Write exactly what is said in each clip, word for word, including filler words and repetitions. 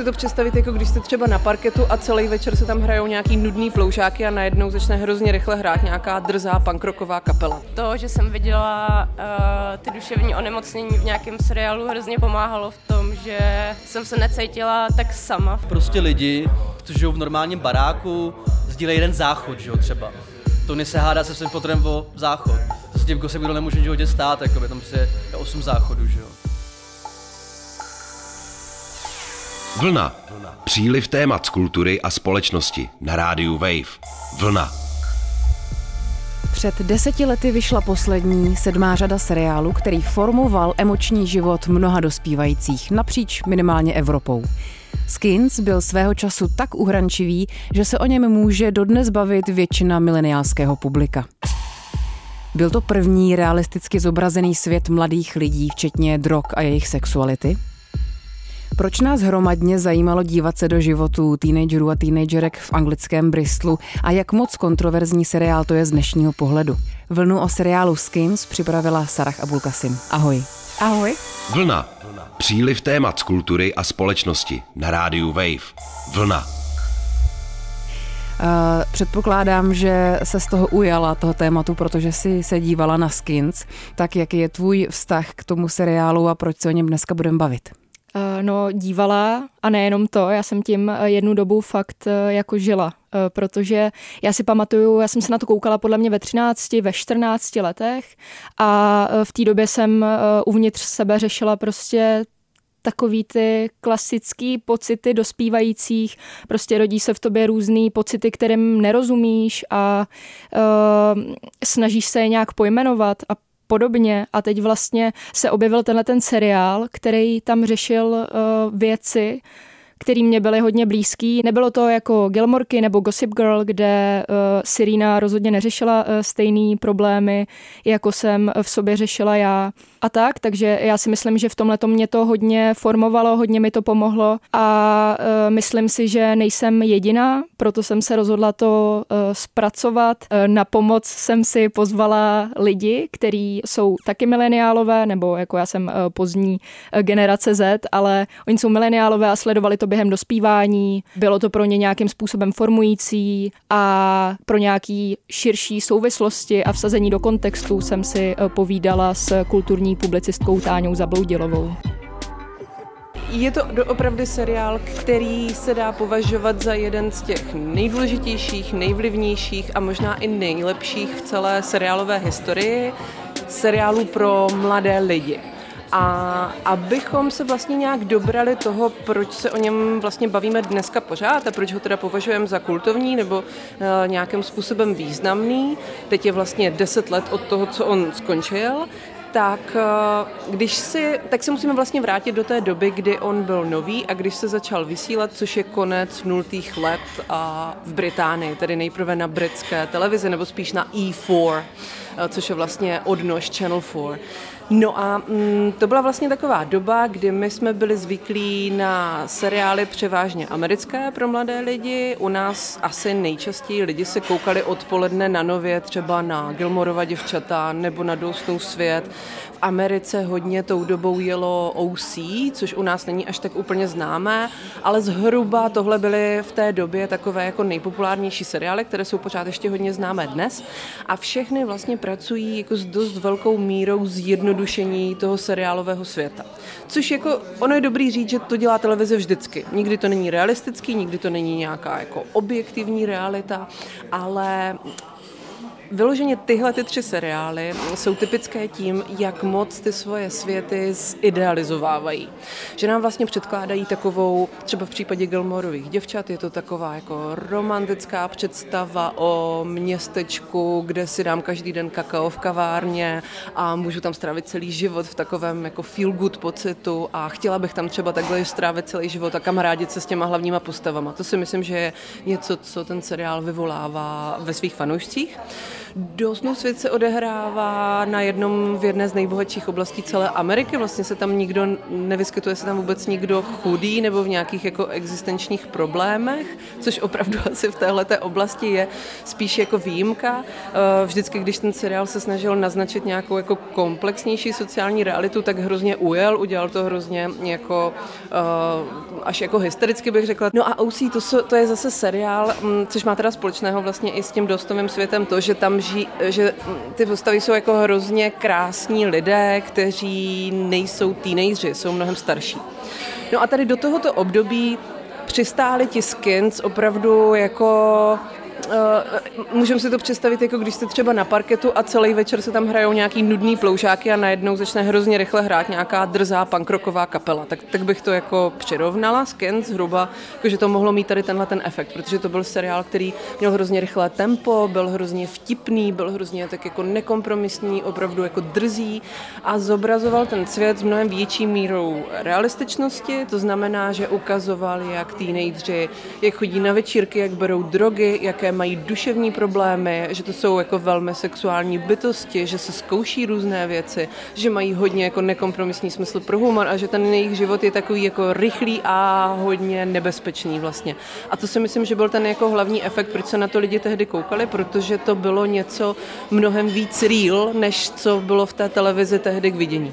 si to představit, jako když jste třeba na parketu a celý večer se tam hrajou nějaký nudný ploužáky a najednou začne hrozně rychle hrát nějaká drzá punkrocková kapela. To, že jsem viděla uh, ty duševní onemocnění v nějakém seriálu, hrozně pomáhalo v tom, že jsem se necítila tak sama. Prostě lidi, kteří žijou v normálním baráku, sdílejí jeden záchod, že jo, třeba. Tony se hádá se svým fotrem o záchod. To se tím se kdo nemůže v životě stát, jako by tam prostě je osm záchodů, že jo. Vlna. Příliv témat z kultury a společnosti na rádiu Wave. Vlna. Před deseti lety vyšla poslední sedmá řada seriálu, který formoval emoční život mnoha dospívajících napříč minimálně Evropou. Skins byl svého času tak uhrančivý, že se o něm může dodnes bavit většina mileniálského publika. Byl to první realisticky zobrazený svět mladých lidí, včetně drog a jejich sexuality. Proč nás hromadně zajímalo dívat se do životů teenagerů a teenagerek v anglickém Bristolu a jak moc kontroverzní seriál to je z dnešního pohledu? Vlnu o seriálu Skins připravila Sarah Abulkasim. Ahoj. Ahoj. Vlna. Příliv témat z kultury a společnosti na rádiu Wave. Vlna. Uh, předpokládám, že se z toho ujala, toho tématu, protože jsi se dívala na Skins. Tak jaký je tvůj vztah k tomu seriálu a proč se o něm dneska budeme bavit? No, dívala a nejenom to, já jsem tím jednu dobu fakt jako žila, protože já si pamatuju, já jsem se na to koukala podle mě ve třinácti, ve čtrnácti letech a v té době jsem uvnitř sebe řešila prostě takový ty klasický pocity dospívajících, prostě rodí se v tobě různý pocity, kterým nerozumíš a uh, snažíš se je nějak pojmenovat a podobně. A teď vlastně se objevil tenhle ten seriál, který tam řešil uh, věci, který mě byly hodně blízký. Nebylo to jako Gilmorky nebo Gossip Girl, kde uh, Serena rozhodně neřešila uh, stejný problémy, jako jsem v sobě řešila já a tak, takže já si myslím, že v tomhletom mě to hodně formovalo, hodně mi to pomohlo a uh, myslím si, že nejsem jediná, proto jsem se rozhodla to uh, zpracovat. Uh, na pomoc jsem si pozvala lidi, kteří jsou taky mileniálové, nebo jako já jsem uh, pozdní uh, generace Z, ale oni jsou mileniálové a sledovali to během dospívání, bylo to pro ně nějakým způsobem formující a pro nějaký širší souvislosti a vsazení do kontextu jsem si povídala s kulturní publicistkou Táňou Zabloudilovou. Je to opravdu seriál, který se dá považovat za jeden z těch nejdůležitějších, nejvlivnějších a možná i nejlepších v celé seriálové historii seriálů pro mladé lidi. A abychom se vlastně nějak dobrali toho, proč se o něm vlastně bavíme dneska pořád a proč ho teda považujeme za kultovní nebo uh, nějakým způsobem významný, teď je vlastně deset let od toho, co on skončil, tak když si, tak se musíme vlastně vrátit do té doby, kdy on byl nový a když se začal vysílat, což je konec nultých let a v Británii, tedy nejprve na britské televizi, nebo spíš na E čtyři, což je vlastně odnož Channel čtyři. No a mm, to byla vlastně taková doba, kdy my jsme byli zvyklí na seriály převážně americké pro mladé lidi. U nás asi nejčastěji lidi se koukali odpoledne na Nově třeba na Gilmorova děvčata nebo na Dousnou svět. V Americe hodně tou dobou jelo O C, což u nás není až tak úplně známé, ale zhruba tohle byly v té době takové jako nejpopulárnější seriály, které jsou pořád ještě hodně známé dnes a všechny vlastně pracují jako s dost velkou mírou zjednodušení toho seriálového světa. Což jako, ono je dobrý říct, že to dělá televize vždycky. Nikdy to není realistický, nikdy to není nějaká jako objektivní realita, ale vyloženě tyhle ty tři seriály jsou typické tím, jak moc ty svoje světy zidealizovávají. Že nám vlastně předkládají takovou, třeba v případě Gilmorových děvčat, je to taková jako romantická představa o městečku, kde si dám každý den kakao v kavárně a můžu tam strávit celý život v takovém jako feel good pocitu a chtěla bych tam třeba takhle strávit celý život a kamarádit se s těma hlavníma postavama. To si myslím, že je něco, co ten seriál vyvolává ve svých fanoušcích. Dosnou svět se odehrává na jednom v jedné z nejbohatších oblastí celé Ameriky. Vlastně se tam nikdo nevyskytuje, se tam vůbec nikdo chudý nebo v nějakých jako existenčních problémech, což opravdu asi v téhleté oblasti je spíš jako výjimka. Vždycky, když ten seriál se snažil naznačit nějakou jako komplexnější sociální realitu, tak hrozně ujel, udělal to hrozně jako až jako hystericky bych řekla. No a O C, to, to je zase seriál, což má teda společného vlastně i s tím Dostovým světem to, že tam žijí, že ty postavy jsou jako hrozně krásní lidé, kteří nejsou teenageři, jsou mnohem starší. No a tady do tohoto období přistáli ti Skins opravdu jako... Uh, můžeme si to představit, jako když jste třeba na parketu a celý večer se tam hrajou nějaký nudný ploužáky a najednou začne hrozně rychle hrát nějaká drzá punkrocková kapela. Tak, tak bych to jako přirovnala, Skins zhruba, jako že to mohlo mít tady tenhle ten efekt, protože to byl seriál, který měl hrozně rychlé tempo, byl hrozně vtipný, byl hrozně tak jako nekompromisní, opravdu jako drzý a zobrazoval ten svět s mnohem větší mírou realističnosti, to znamená, že ukazoval, jak teenageři, jak chodí na večírky, jak berou drogy, jaké mají duševní problémy, že to jsou jako velmi sexuální bytosti, že se zkouší různé věci, že mají hodně jako nekompromisní smysl pro humor a že ten jejich život je takový jako rychlý a hodně nebezpečný vlastně. A to si myslím, že byl ten jako hlavní efekt, proč se na to lidi tehdy koukali, protože to bylo něco mnohem víc real, než co bylo v té televizi tehdy k vidění.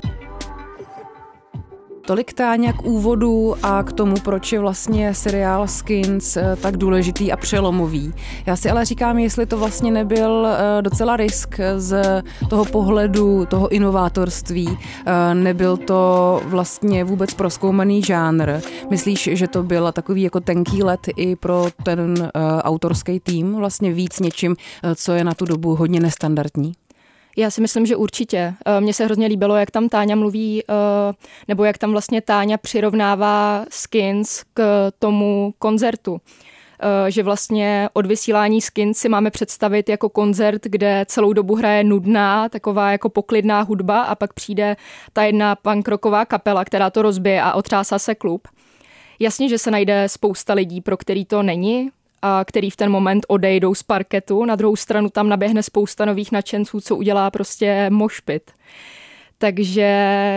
Tolik, Táňa, k úvodu a k tomu, proč je vlastně seriál Skins tak důležitý a přelomový. Já si ale říkám, jestli to vlastně nebyl docela risk z toho pohledu, toho inovátorství. Nebyl to vlastně vůbec prozkoumaný žánr. Myslíš, že to byl takový jako tenký let i pro ten autorský tým, vlastně víc něčím, co je na tu dobu hodně nestandardní? Já si myslím, že určitě. Mně se hrozně líbilo, jak tam Táňa mluví, nebo jak tam vlastně Táňa přirovnává Skins k tomu koncertu. Že vlastně od vysílání Skins si máme představit jako koncert, kde celou dobu hraje nudná, taková jako poklidná hudba a pak přijde ta jedna punkrocková kapela, která to rozbije a otřásá se klub. Jasně, že se najde spousta lidí, pro který to není, a který v ten moment odejdou z parketu. Na druhou stranu tam naběhne spousta nových nadšenců, co udělá prostě mošpit. Takže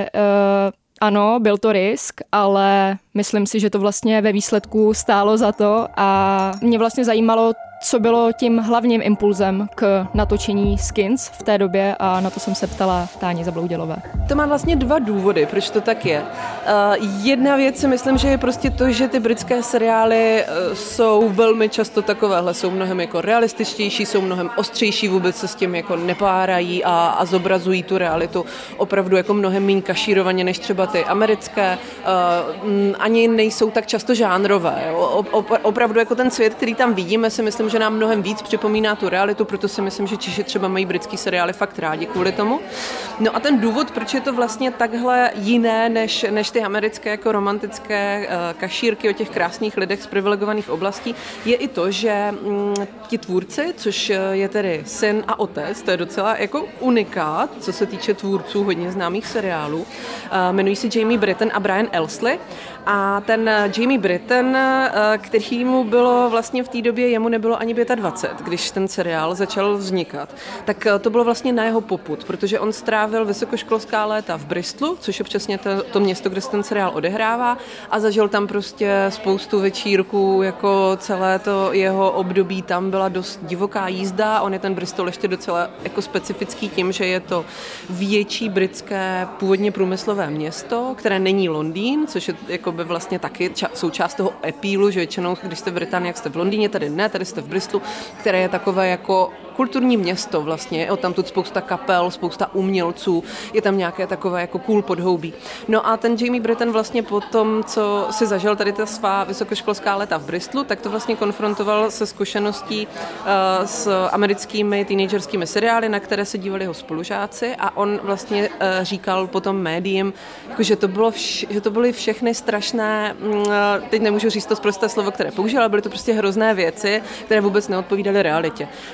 uh, ano, byl to risk, ale myslím si, že to vlastně ve výsledku stálo za to a mě vlastně zajímalo, co bylo tím hlavním impulzem k natočení Skins v té době a na to jsem se ptala Táni Zabloudělové. To má vlastně dva důvody, proč to tak je. Uh, jedna věc si myslím, že je prostě to, že ty britské seriály uh, jsou velmi často takovéhle, jsou mnohem jako realističtější, jsou mnohem ostřejší, vůbec se s tím jako nepárají a, a zobrazují tu realitu opravdu jako mnohem méně kašírovaně než třeba ty americké. Uh, ani nejsou tak často žánrové. O, o, opravdu jako ten svět, který tam vidíme, si myslím, že nám mnohem víc připomíná tu realitu, proto si myslím, že Češi třeba mají britský seriály fakt rádi kvůli tomu. No a ten důvod, proč je to vlastně takhle jiné než, než ty americké jako romantické uh, kašírky o těch krásných lidech z privilegovaných oblastí, je i to, že mm, ti tvůrci, což je tedy syn a otec, to je docela jako unikát, co se týče tvůrců hodně známých seriálů, uh, jmenují se Jamie Britton a Brian Elsley. A ten Jamie Britton, který mu bylo vlastně v té době, jemu nebylo ani dvacet pět, když ten seriál začal vznikat, tak to bylo vlastně na jeho popud, protože on strávil vysokoškolská léta v Bristolu, což je přesně to, to město, kde se ten seriál odehrává a zažil tam prostě spoustu večírků, jako celé to jeho období tam byla dost divoká jízda, on je ten Bristol ještě docela jako specifický tím, že je to větší britské původně průmyslové město, které není Londýn, což je jako by vlastně taky ča- součást toho epílu, že většinou, když jste v Británii, jak jste v Londýně, tady ne, tady jste v Bristolu, které je takové jako kulturní město vlastně, je tam tu spousta kapel, spousta umělců, je tam nějaké takové jako cool podhoubí. No a ten Jamie Britton vlastně po tom, co si zažil tady ta svá vysokoškolská léta v Bristolu, tak to vlastně konfrontoval se zkušeností uh, s americkými teenagerskými seriály, na které se dívali jeho spolužáci a on vlastně uh, říkal potom médiím, jako, že, to bylo vš- že to byly všechny strašné, uh, teď nemůžu říct to sprosté slovo, které použil, ale byly to prostě hrozné věci, které vůbec neodpovídaly realitě. On říkal,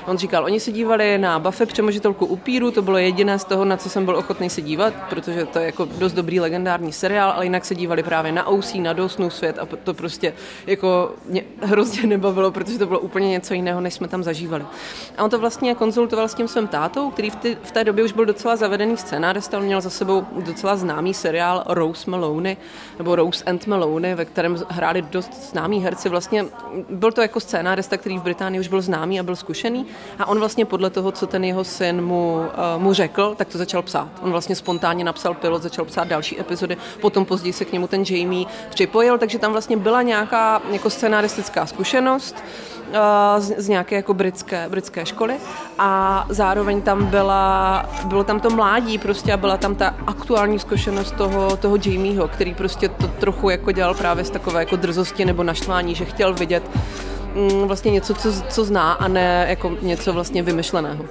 oni se dívali na Buffy přemožitelku upíru, to bylo jediné z toho, na co jsem byl ochotný se dívat, protože to je jako dost dobrý legendární seriál, ale jinak se dívali právě na O C, na Dawsonův svět a to prostě jako mě hrozně nebavilo, protože to bylo úplně něco jiného, než jsme tam zažívali. A on to vlastně konzultoval s tím svým tátou, který v, ty, v té době už byl docela zavedený scénárista, on měl za sebou docela známý seriál Rose Maloney, nebo Rose and Maloney, ve kterém hráli dost známí herci. Vlastně byl to jako scénárista, který v Británii už byl známý a byl zkušený a on vlastně podle toho, co ten jeho syn mu, uh, mu řekl, tak to začal psát. On vlastně spontánně napsal pilot, začal psát další epizody, potom později se k němu ten Jamie připojil, takže tam vlastně byla nějaká jako scenaristická zkušenost z, z nějaké jako britské, britské školy a zároveň tam byla, bylo tam to mládí prostě a byla tam ta aktuální zkušenost toho, toho Jamieho, který prostě to trochu jako dělal právě z takové jako drzosti nebo naštvání, že chtěl vidět mm, vlastně něco, co, co zná a ne jako něco vlastně vymyšleného.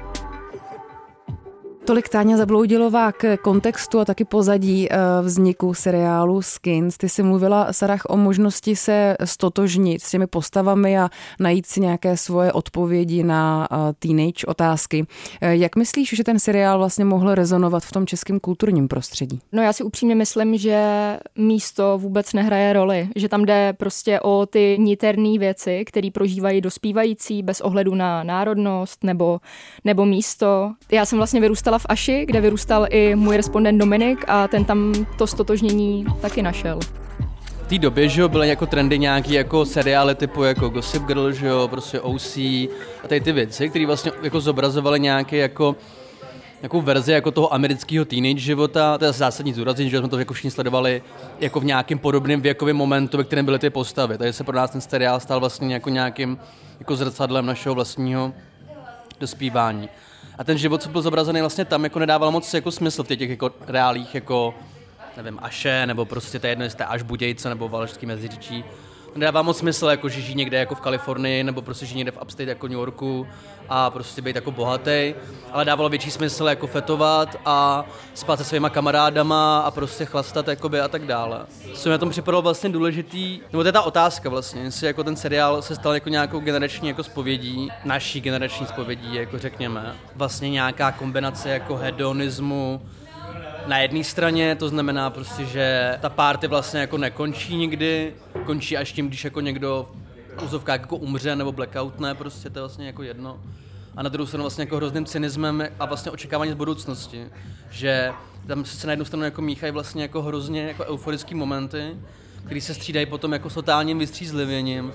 Tolik Táňa Zabloudilová k kontextu a taky pozadí vzniku seriálu Skins. Ty jsi mluvila, Sarah, o možnosti se stotožnit s těmi postavami a najít si nějaké svoje odpovědi na teenage otázky. Jak myslíš, že ten seriál vlastně mohl rezonovat v tom českém kulturním prostředí? No já si upřímně myslím, že místo vůbec nehraje roli, že tam jde prostě o ty niterné věci, které prožívají dospívající bez ohledu na národnost nebo, nebo místo. Já jsem vlastně vyrůstala v Aši, kde vyrůstal i můj respondent Dominik a ten tam to stotožnění taky našel. V té době, že jo, byly jako trendy nějaký jako seriály typu jako Gossip Girl, že jo, prostě O C a tady ty věci, které vlastně jako zobrazovaly nějaký jako nějakou verzi jako toho amerického teenage života. To je zásadní zúraznění, že jsme to jako všichni sledovali jako v nějakém podobném věkovém momentu, ve kterém byly ty postavy. Takže se pro nás ten seriál stal vlastně jako nějakým jako zrcadlem našeho vlastního dospívání. A ten život, co byl zobrazený vlastně tam, jako nedával moc jako smysl v těch jako reálích, jako nevím, Aše, nebo prostě to je jedno, jestli Až Budějce, nebo Valašský Meziříčí. To nedává moc smysl, jako že žijí někde jako v Kalifornii, nebo prostě žijí někde v upstate jako New Yorku a prostě být jako bohatý, ale dávalo větší smysl jako fetovat a spát se svýma kamarádama a prostě chlastat jakoby a tak dále. Co mi na tom připadalo vlastně důležitý, nebo to je ta otázka vlastně, jestli jako ten seriál se stal jako nějakou generační jako zpovědí, naší generační zpovědí, jako řekněme. Vlastně nějaká kombinace jako hedonismu na jedné straně, to znamená prostě, že ta party vlastně jako nekončí nikdy, končí až tím, když jako někdo v úzovkách jako umře nebo blackoutne, prostě to je vlastně jako jedno. A na druhou stranu vlastně jako hrozným cynismem a vlastně očekávání z budoucnosti, že tam se na jednu stranu jako míchají vlastně jako hrozně jako euforický momenty, který se střídají potom jako s totálním vystřízlivěním,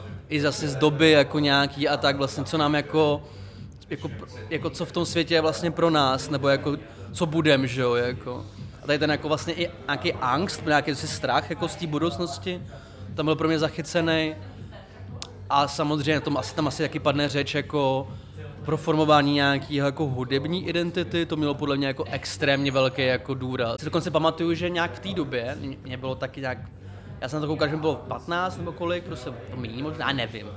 i zase z doby jako nějaký a tak vlastně, co nám jako, jako, jako co v tom světě je vlastně pro nás, nebo jako co budem, že jo, jako. A tady ten jako vlastně i nějaký angst, nějaký strach jako z té budoucnosti, tam byl pro mě zachycený. A samozřejmě tom asi, tam asi taky padne řeč jako pro formování nějakého jako hudební identity, to mělo podle mě jako extrémně velký jako důraz. Dokonce pamatuju, že nějak v té době, mě bylo taky nějak, já jsem na to koukal, že mi bylo patnáct nebo kolik, prostě to méně možná, nevím.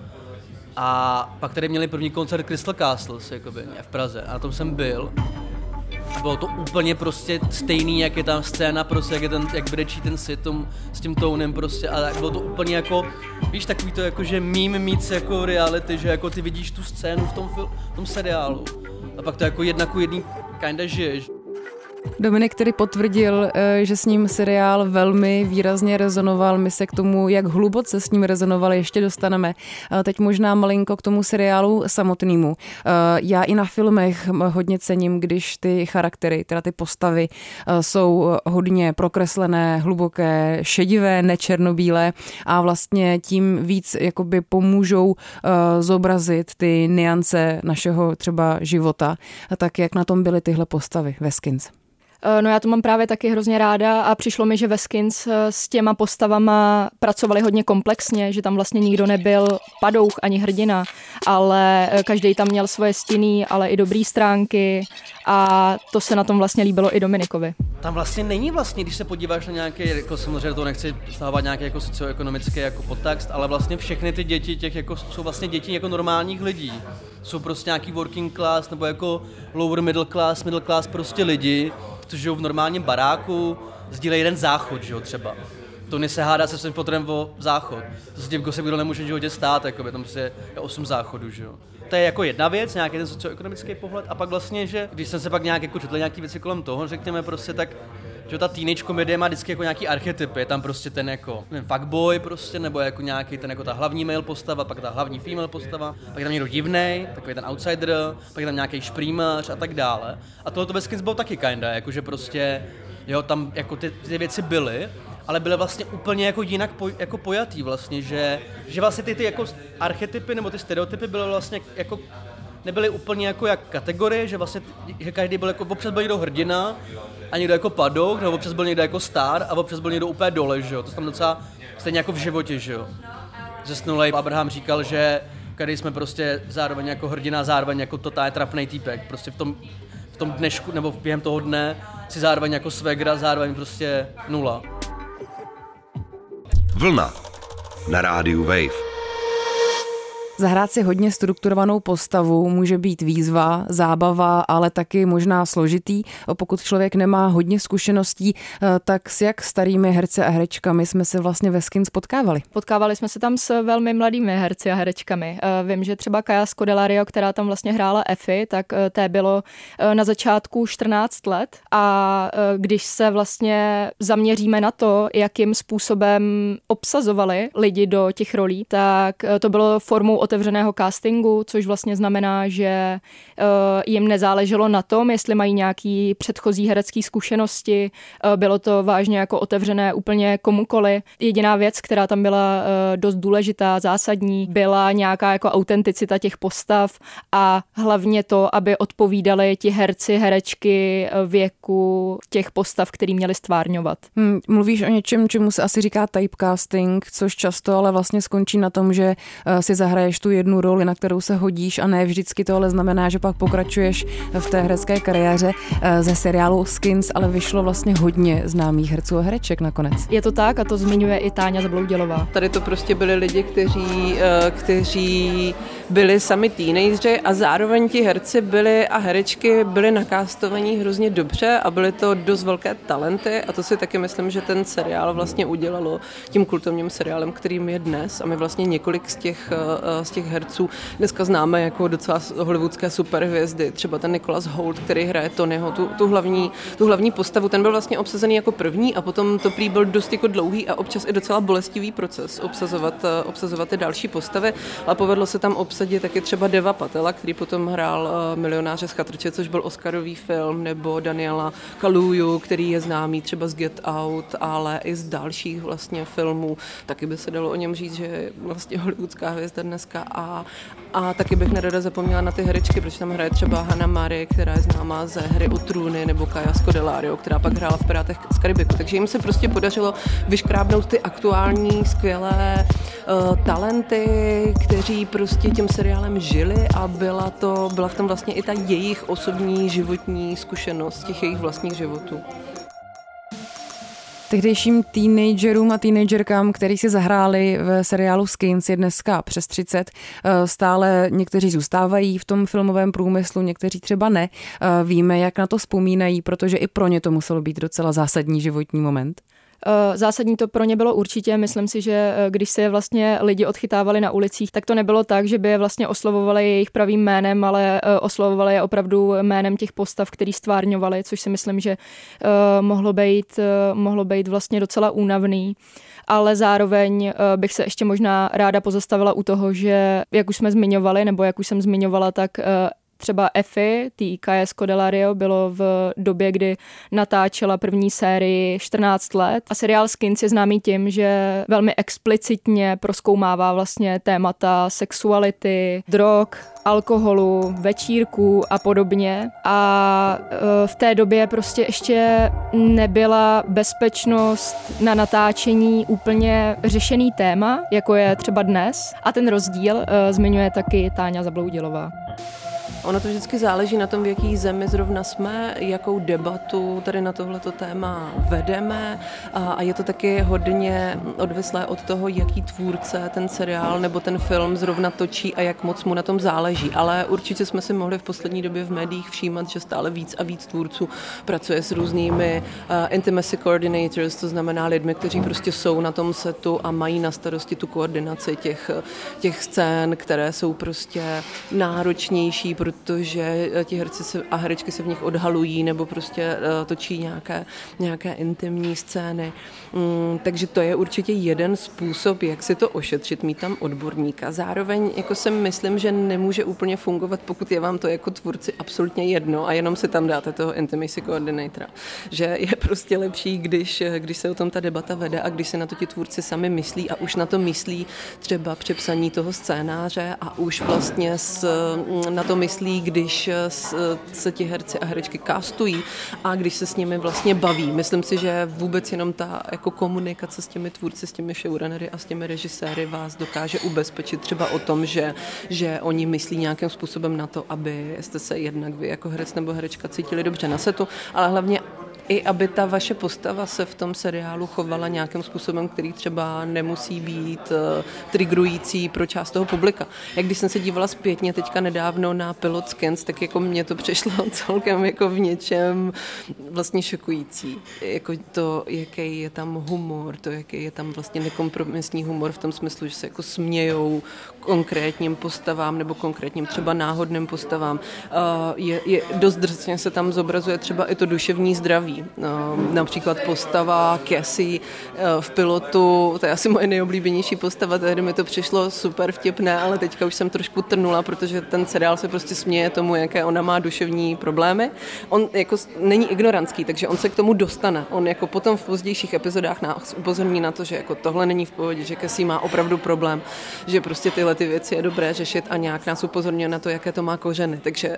A pak tady měli první koncert Crystal Castles, jakoby, v Praze, a na tom jsem byl. Bylo to úplně prostě stejný, jak je tam scéna, prostě, jak, je ten, jak brečí ten sitcom s tím tónem prostě, a bylo to úplně jako, víš, takový to jako, že meme meets jako reality, že jako ty vidíš tu scénu v tom, fil, v tom seriálu a pak to jako jedna ku jedný kinda žiješ. Dominik tedy potvrdil, že s ním seriál velmi výrazně rezonoval. My se k tomu, jak hluboce s ním rezonovali, ještě dostaneme. Teď možná malinko k tomu seriálu samotnému. Já i na filmech hodně cením, když ty charaktery, teda ty postavy jsou hodně prokreslené, hluboké, šedivé, nečernobílé a vlastně tím víc jakoby pomůžou zobrazit ty nuance našeho třeba života. Tak jak na tom byly tyhle postavy ve Skins? No já to mám právě taky hrozně ráda a přišlo mi, že ve Skins s těma postavama pracovali hodně komplexně, že tam vlastně nikdo nebyl padouch ani hrdina, ale každý tam měl svoje stinný, ale i dobrý stránky a to se na tom vlastně líbilo i Dominikovi. Tam vlastně není vlastně, když se podíváš na nějaký, jako samozřejmě to nechci stávat nějaký jako socioekonomický jako podtext, ale vlastně všechny ty děti těch jako jsou vlastně děti jako normálních lidí. Jsou prostě nějaký working class nebo jako lower middle class, middle class prostě lidi, co žijou v normálním baráku, sdílejí jeden záchod, že jo, třeba. Tony se hádá se svým fotrem o záchod. To se v Gossip Girl nemůže v životě stát, jakoby, tam prostě je osm záchodů, že jo. To je jako jedna věc, nějaký ten socioekonomický pohled a pak vlastně, že když jsem se pak nějak jako četl nějaký věci kolem toho, řekněme prostě tak, že ta teenage komedie má vždycky jako nějaký archetypy, je tam prostě ten jako nevím, fuckboy prostě, nebo jako nějaký ten jako ta hlavní male postava, pak ta hlavní female postava, pak je tam někdo divnej, takový ten outsider, pak je tam nějaký šprýmař a tak dále. A tohle to ve Skins bylo taky kinda, jakože prostě, jo, tam jako ty, ty věci byly, ale byly vlastně úplně jako jinak poj, jako pojatý vlastně, že, že vlastně ty, ty jako archetypy nebo ty stereotypy byly vlastně jako nebyly úplně jako jak kategorie, že vlastně, že každý byl jako, občas byl někdo hrdina a někdo jako padouk, nebo občas byl někdo jako star a občas byl někdo úplně dole, že jo, to tam docela stejně jako v životě, že jo. Zesnulej Abraham říkal, že každý jsme prostě zároveň jako hrdina, zároveň jako totálně trapnej týpek, prostě v tom, v tom dnešku, nebo během toho dne si zároveň jako svegra, zároveň prostě nula. Vlna na rádiu Wave. Zahrát si hodně strukturovanou postavu může být výzva, zábava, ale taky možná složitý. Pokud člověk nemá hodně zkušeností, tak s jak starými herci a herečkami jsme se vlastně ve Skins potkávali? Potkávali jsme se tam s velmi mladými herci a herečkami. Vím, že třeba Kaja Scodelario, která tam vlastně hrála Effie, tak té bylo na začátku čtrnáct let a když se vlastně zaměříme na to, jakým způsobem obsazovali lidi do těch rolí, tak to bylo formou otevřeného castingu, což vlastně znamená, že uh, jim nezáleželo na tom, jestli mají nějaký předchozí herecký zkušenosti. Uh, bylo to vážně jako otevřené úplně komukoli. Jediná věc, která tam byla uh, dost důležitá, zásadní, byla nějaká jako autenticita těch postav a hlavně to, aby odpovídali ti herci, herečky věku těch postav, který měli stvárňovat. Hmm, mluvíš o něčem, čemu se asi říká typecasting, což často ale vlastně skončí na tom, že uh, si zahraješ tu jednu roli, na kterou se hodíš a ne vždycky to ale znamená, že pak pokračuješ v té herecké kariéře. Ze seriálu Skins ale vyšlo vlastně hodně známých herců a hereček nakonec. Je to tak a to zmiňuje i Táňa Zabloudělová. Tady to prostě byli lidi, kteří, kteří byli sami teenageři a zároveň ti herci byli a herečky byli nakástovaní hrozně dobře a byly to dost velké talenty a to si taky myslím, že ten seriál vlastně udělalo tím kultovním seriálem, kterým je dnes a my vlastně několik z těch, z těch herců dneska známe jako docela hollywoodské superhvězdy, třeba ten Nicholas Hoult, který hraje Tonyho, tu, tu, hlavní, tu hlavní postavu, ten byl vlastně obsazený jako první a potom to prý byl dost jako dlouhý a občas i docela bolestivý proces obsazovat, obsazovat ty další postavy, ale povedlo se tam obsadit taky třeba Deva Patela, který potom hrál Milionáře z chatrče, což byl Oscarový film, nebo Daniela Kaluuyu, který je známý třeba z Get Out, ale i z dalších vlastně filmů, taky by se dalo o něm říct, že je vlastně hollywoodská hvězda dneska a, a taky bych nerada zapomněla na ty herečky, protože tam hraje třeba Hannah Mary, která je známá ze Hry u trůny, nebo Kaja Scodelario, která pak hrála v Pirátech z Karibiku. Takže jim se prostě podařilo vyškrábnout ty aktuální, skvělé uh, talenty, kteří prostě tím seriálem žili a byla to, byla v tom vlastně i ta jejich osobní životní zkušenost těch jejich vlastních životů. Tehdejším teenagerům a teenagerkám, který si zahráli v seriálu Skins, je dneska přes třicet. Stále někteří zůstávají v tom filmovém průmyslu, někteří třeba ne. Víme, jak na to vzpomínají, protože i pro ně to muselo být docela zásadní životní moment. Zásadní to pro ně bylo určitě, myslím si, že když se vlastně lidi odchytávali na ulicích, tak to nebylo tak, že by je vlastně oslovovali jejich pravým jménem, ale oslovovali je opravdu jménem těch postav, který stvárňovali, což si myslím, že mohlo být, mohlo být vlastně docela únavný. Ale zároveň bych se ještě možná ráda pozastavila u toho, že jak už jsme zmiňovali, nebo jak už jsem zmiňovala, tak třeba Effie, tý Kaje Scodelario, bylo v době, kdy natáčela první sérii čtrnáct let a seriál Skins je známý tím, že velmi explicitně prozkoumává vlastně témata sexuality, drog, alkoholu, večírků a podobně. A v té době prostě ještě nebyla bezpečnost na natáčení úplně řešený téma, jako je třeba dnes. A ten rozdíl zmiňuje taky Táňa Zabloudělová. Ono to vždycky záleží na tom, v jaký zemi zrovna jsme, jakou debatu tady na tohleto téma vedeme a je to taky hodně odvislé od toho, jaký tvůrce ten seriál nebo ten film zrovna točí a jak moc mu na tom záleží. Ale určitě jsme si mohli v poslední době v médiích všímat, že stále víc a víc tvůrců pracuje s různými uh, intimacy coordinators, to znamená lidmi, kteří prostě jsou na tom setu a mají na starosti tu koordinaci těch, těch scén, které jsou prostě náročnější, protože ti herci se, a herečky se v nich odhalují nebo prostě uh, točí nějaké, nějaké intimní scény. Mm, takže to je určitě jeden způsob, jak si to ošetřit, mít tam odborníka. Zároveň jako si myslím, že nemůže úplně fungovat, pokud je vám to jako tvůrci absolutně jedno a jenom si tam dáte toho intimacy coordinatora. Že je prostě lepší, když, když se o tom ta debata vede a když se na to ti tvůrci sami myslí a už na to myslí třeba při psaní toho scénáře a už vlastně s, na to myslí, když se ti herci a herečky castují a když se s nimi vlastně baví. Myslím si, že vůbec jenom ta jako komunikace s těmi tvůrci, s těmi showrunnery a s těmi režiséry vás dokáže ubezpečit třeba o tom, že, že oni myslí nějakým způsobem na to, aby jste se jednak vy jako herec nebo herečka cítili dobře na setu, ale hlavně i aby ta vaše postava se v tom seriálu chovala nějakým způsobem, který třeba nemusí být uh, triggerující pro část toho publika. Jak když jsem se dívala zpětně teďka nedávno na Pilot Skins, tak jako mně to přišlo celkem jako v něčem vlastně šokující. Jako to, jaký je tam humor, to, jaký je tam vlastně nekompromisní humor v tom smyslu, že se jako smějou konkrétním postavám nebo konkrétním třeba náhodným postavám. Uh, je, je, dost drsně se tam zobrazuje třeba i to duševní zdraví. Například postava Cassie v Pilotu, to je asi moje nejoblíbenější postava, tehdy mi to přišlo super vtipné, ale teďka už jsem trošku trnula, protože ten seriál se prostě směje tomu, jaké ona má duševní problémy. On jako není ignorantský, takže on se k tomu dostane. On jako potom v pozdějších epizodách nás upozorní na to, že jako tohle není v pohodě, že Cassie má opravdu problém, že prostě tyhle ty věci je dobré řešit a nějak nás upozorňuje na to, jaké to má kořeny. Takže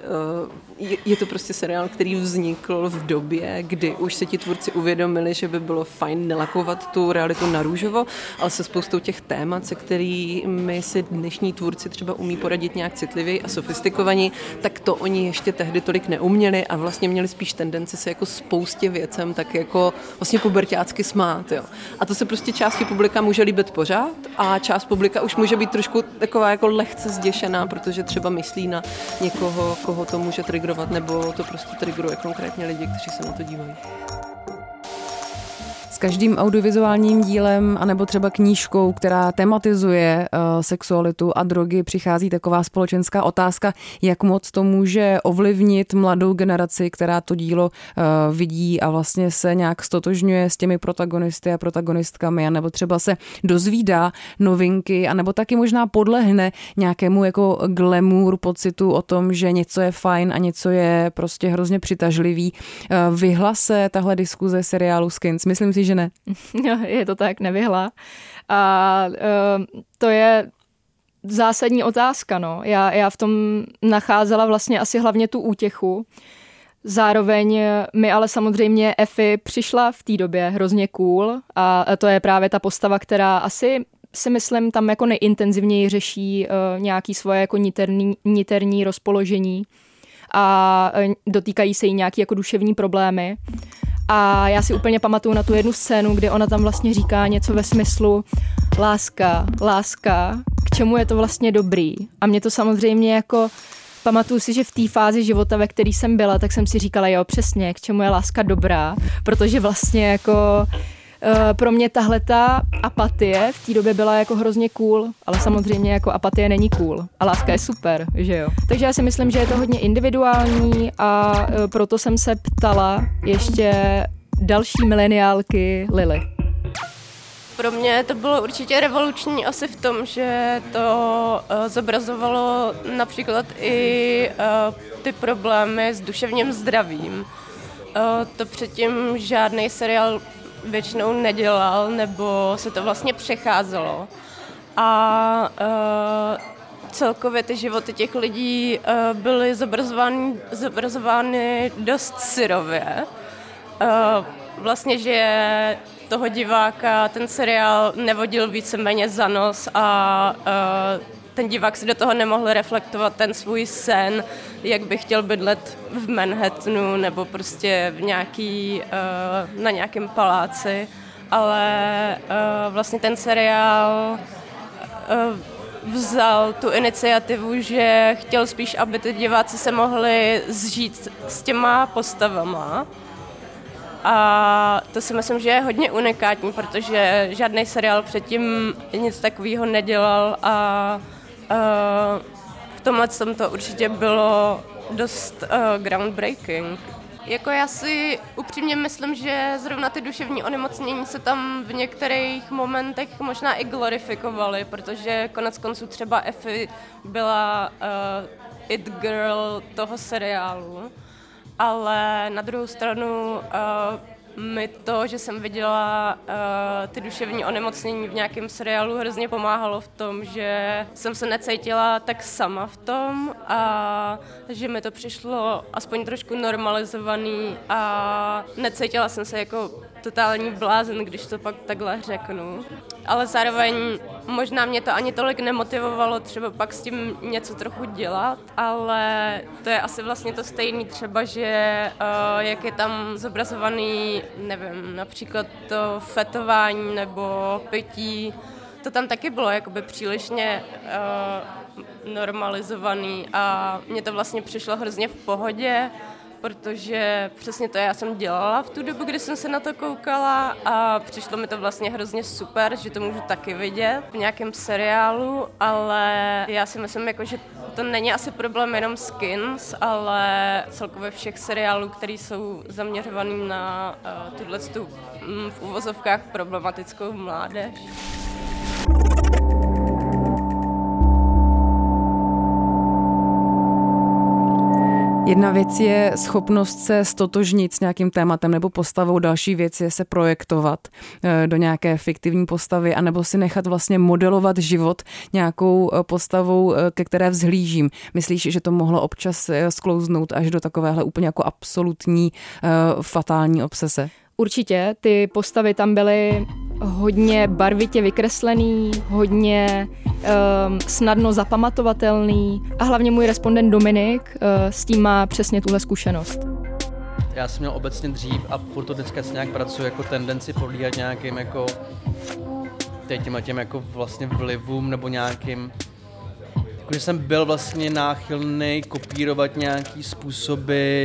je to prostě seriál, který vznikl v době, kdy už se ti tvůrci uvědomili, že by bylo fajn nelakovat tu realitu na růžovo, ale se spoustou těch témat, se kterými si dnešní tvůrci třeba umí poradit nějak citlivěji a sofistikovaní, tak to oni ještě tehdy tolik neuměli a vlastně měli spíš tendenci se jako spoustě věcem tak jako vlastně puberťácky smát. Jo. A to se prostě části publika může líbit pořád a část publika už může být trošku taková jako lehce zděšená, protože třeba myslí na někoho, koho to může triggerovat, nebo to prostě triggeruje konkrétně lidi, kteří se na to dívají. S každým audiovizuálním dílem anebo třeba knížkou, která tematizuje uh, sexualitu a drogy, přichází taková společenská otázka, jak moc to může ovlivnit mladou generaci, která to dílo uh, vidí a vlastně se nějak stotožňuje s těmi protagonisty a protagonistkami, anebo třeba se dozvídá novinky, anebo taky možná podlehne nějakému jako glamour pocitu o tom, že něco je fajn a něco je prostě hrozně přitažlivý. Uh, vyhla se tahle diskuze seriálu Skins? Myslím si, že ne. Je to tak, nevyhla. A uh, to je zásadní otázka, no. Já, já v tom nacházela vlastně asi hlavně tu útěchu. Zároveň mi ale samozřejmě Effie přišla v té době hrozně cool a to je právě ta postava, která asi si myslím tam jako nejintenzivněji řeší uh, nějaký svoje jako niterní, niterní rozpoložení a uh, dotýkají se jí nějaký jako duševní problémy. A já si úplně pamatuju na tu jednu scénu, kdy ona tam vlastně říká něco ve smyslu láska, láska, k čemu je to vlastně dobrý. A mě to samozřejmě jako, pamatuju si, že v té fázi života, ve které jsem byla, tak jsem si říkala, jo, přesně, k čemu je láska dobrá, protože vlastně jako pro mě tahleta apatie v té době byla jako hrozně cool, ale samozřejmě jako apatie není cool a láska je super, že jo. Takže já si myslím, že je to hodně individuální a proto jsem se ptala ještě další mileniálky Lily. Pro mě to bylo určitě revoluční asi v tom, že to uh, zobrazovalo například i uh, ty problémy s duševním zdravím. Uh, to předtím žádný seriál většinou nedělal, nebo se to vlastně přecházelo. A uh, celkově ty životy těch lidí uh, byly zobrazovány, zobrazovány dost syrově. Uh, vlastně, že toho diváka ten seriál nevodil víceméně za nos a uh, ten divák si do toho nemohl reflektovat ten svůj sen, jak by chtěl bydlet v Manhattanu nebo prostě v nějaký, na nějakém paláci, ale vlastně ten seriál vzal tu iniciativu, že chtěl spíš, aby ty diváci se mohli zžít s těma postavama. A to si myslím, že je hodně unikátní, protože žádný seriál předtím nic takového nedělal a, a v tomhle tom to určitě bylo dost uh, groundbreaking. Jako já si upřímně myslím, že zrovna ty duševní onemocnění se tam v některých momentech možná i glorifikovaly, protože konec konců třeba Effie byla uh, it girl toho seriálu, ale na druhou stranu uh, mi to, že jsem viděla uh, ty duševní onemocnění v nějakém seriálu, hrozně pomáhalo v tom, že jsem se necítila tak sama v tom a že mi to přišlo aspoň trošku normalizovaný a necítila jsem se jako totální blázen, když to pak takhle řeknu. Ale zároveň možná mě to ani tolik nemotivovalo třeba pak s tím něco trochu dělat, ale to je asi vlastně to stejný třeba, že uh, jak je tam zobrazovaný, nevím, například to fetování nebo pití, to tam taky bylo jakoby přílišně uh, normalizovaný a mně to vlastně přišlo hrozně v pohodě, protože přesně to já jsem dělala v tu dobu, kdy jsem se na to koukala a přišlo mi to vlastně hrozně super, že to můžu taky vidět v nějakém seriálu, ale já si myslím, jako, že to není asi problém jenom Skins, ale celkově všech seriálů, které jsou zaměřovaný na uh, tuto um, v uvozovkách problematickou mládež. Jedna věc je schopnost se stotožnit s nějakým tématem nebo postavou, další věc je se projektovat do nějaké fiktivní postavy anebo si nechat vlastně modelovat život nějakou postavou, ke které vzhlížím. Myslíš, že to mohlo občas sklouznout až do takovéhle úplně jako absolutní fatální obsese? Určitě, ty postavy tam byly hodně barvitě vykreslený, hodně um, snadno zapamatovatelný a hlavně můj respondent Dominik uh, s tím má přesně tuhle zkušenost. Já jsem měl obecně dřív a furt to dneska se nějak pracuji jako tendenci podlíhat nějakým jako těm, těm jako vlastně vlivům nebo nějakým, jakože jsem byl vlastně náchylný kopírovat nějaký způsoby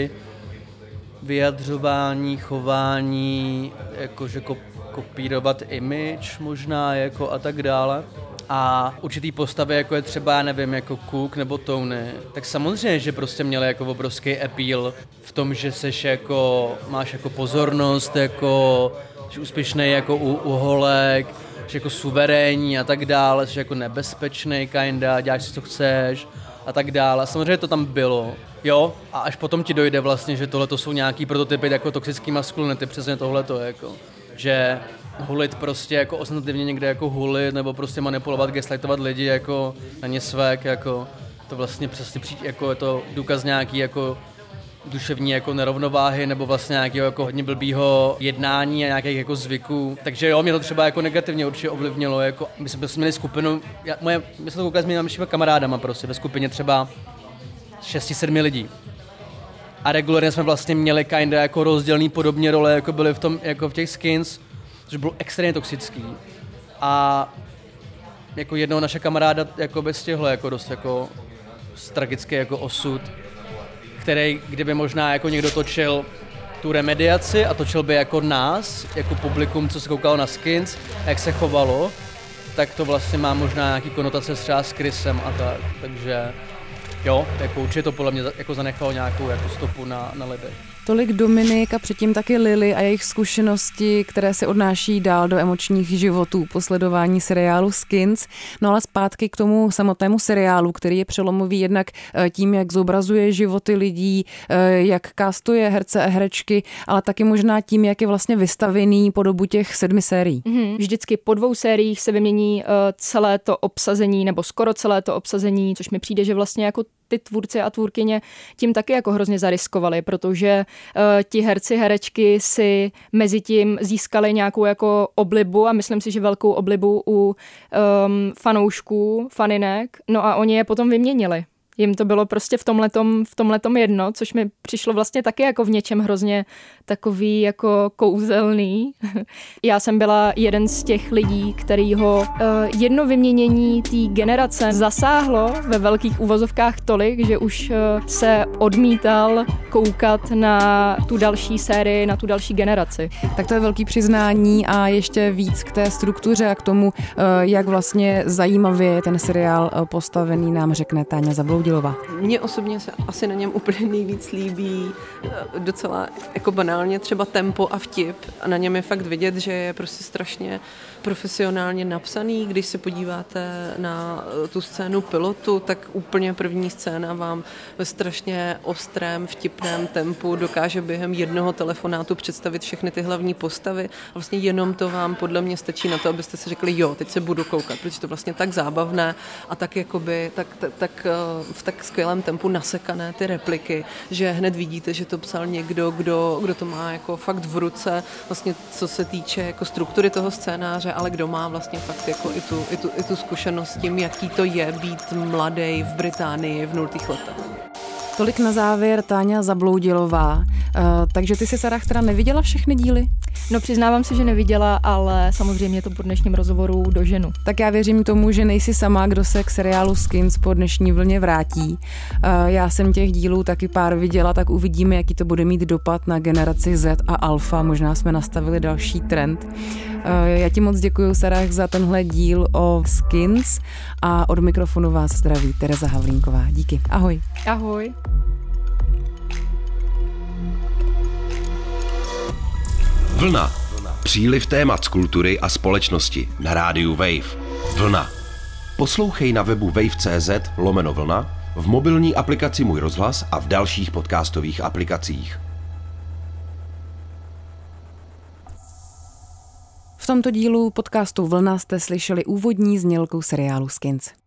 vyjadřování, chování, jakože kopírovat image možná jako a tak dále. A určitý postavy, jako je třeba, já nevím, jako Cook nebo Tony, tak samozřejmě, že prostě měli jako obrovský appeal v tom, že seš jako, máš jako pozornost, jako, že úspěšný jako u, u holek, že jako suverénní a tak dále, že jako nebezpečný kinda, děláš si co chceš a tak dále. Samozřejmě to tam bylo. Jo, a až potom ti dojde vlastně, že tohle to jsou nějaký prototypy jako toxický maskulinity, přesně tohleto jako, že hulit prostě jako ostentativně někde jako hulit, nebo prostě manipulovat, gaslightovat lidi jako na ně svek, jako to vlastně přesně přijde, jako je to důkaz nějaký jako duševní jako nerovnováhy, nebo vlastně nějakého jako hodně blbýho jednání a nějakých jako zvyků. Takže jo, mě to třeba jako negativně určitě ovlivnilo, jako my jsme prostě měli skupinu, já, moje, my jsme to koukali s mými kamarádama prostě, ve skupině třeba šesti sedmi lidí. A regulárně jsme vlastně měli kinda jako rozdělený podobně role, jako byly v tom, jako v těch Skins, což bylo extrémně toxický. A jako jednoho naše kamaráda jako by stihlo jako dost jako tragický jako osud, který, kdyby možná jako někdo točil tu remediaci a točil by jako nás, jako publikum, co se koukalo na Skins, jak se chovalo, tak to vlastně má možná nějaký konotace třeba s Chrisem a tak, takže jo, jako určitě to podle mě jako zanechalo nějakou jako stopu na, na lidech. Tolik Dominik a předtím taky Lily a jejich zkušenosti, které se odnáší dál do emočních životů po sledování seriálu Skins. No ale zpátky k tomu samotnému seriálu, který je přelomový jednak tím, jak zobrazuje životy lidí, jak castuje herce a herečky, ale taky možná tím, jak je vlastně vystavený po dobu těch sedmi sérií. Mm-hmm. Vždycky po dvou sériích se vymění celé to obsazení, nebo skoro celé to obsazení, což mi přijde, že vlastně jako ty tvůrci a tvůrkyně tím taky jako hrozně zariskovali, protože uh, ti herci, herečky si mezi tím získali nějakou jako oblibu a myslím si, že velkou oblibu u um, fanoušků, faninek, no a oni je potom vyměnili. Jim to bylo prostě v tomhletom, v tomhletom jedno, což mi přišlo vlastně taky jako v něčem hrozně takový jako kouzelný. Já jsem byla jeden z těch lidí, kterýho uh, jedno vyměnění té generace zasáhlo ve velkých uvozovkách tolik, že už uh, se odmítal koukat na tu další sérii, na tu další generaci. Tak to je velký přiznání a ještě víc k té struktuře a k tomu, uh, jak vlastně zajímavě je ten seriál uh, postavený, nám řekne Táňa Zabloudilová. Mně osobně se asi na něm úplně nejvíc líbí docela jako banálně třeba tempo a vtip. A na něm je fakt vidět, že je prostě strašně profesionálně napsaný. Když se podíváte na tu scénu pilotu, tak úplně první scéna vám ve strašně ostrém, vtipném tempu dokáže během jednoho telefonátu představit všechny ty hlavní postavy. A vlastně jenom to vám podle mě stačí na to, abyste si řekli, jo, teď se budu koukat, protože to je vlastně tak zábavné a tak jakoby, tak, tak, tak v tak skvělém tempu nasekané ty repliky, že hned vidíte, že to psal někdo, kdo, kdo to má jako fakt v ruce, vlastně co se týče jako struktury toho scénáře, ale kdo má vlastně fakt jako i tu, i tu, i tu zkušenost s tím, jaký to je být mladý v Británii v nultých letech. Tolik na závěr Táňa Zabloudilová. Uh, takže ty si, Sarah, teda neviděla všechny díly? No přiznávám se, že neviděla, ale samozřejmě to po dnešním rozhovoru doženu. Tak já věřím tomu, že nejsi sama, kdo se k seriálu Skins po dnešní vlně vrátí. Uh, já jsem těch dílů taky pár viděla, tak uvidíme, jaký to bude mít dopad na generaci Z a Alfa. Možná jsme nastavili další trend. Uh, já ti moc děkuji, Sarah, za tenhle díl o Skins a od mikrofonu vás zdraví Tereza Havlínková. Díky. Ahoj. Ahoj. Vlna. Příliv témat z kultury a společnosti na rádiu Wave. Vlna. Poslouchej na webu wave tečka cz lomeno vlna, v mobilní aplikaci Můj rozhlas a v dalších podcastových aplikacích. V tomto dílu podcastu Vlna jste slyšeli úvodní znělku seriálu Skins.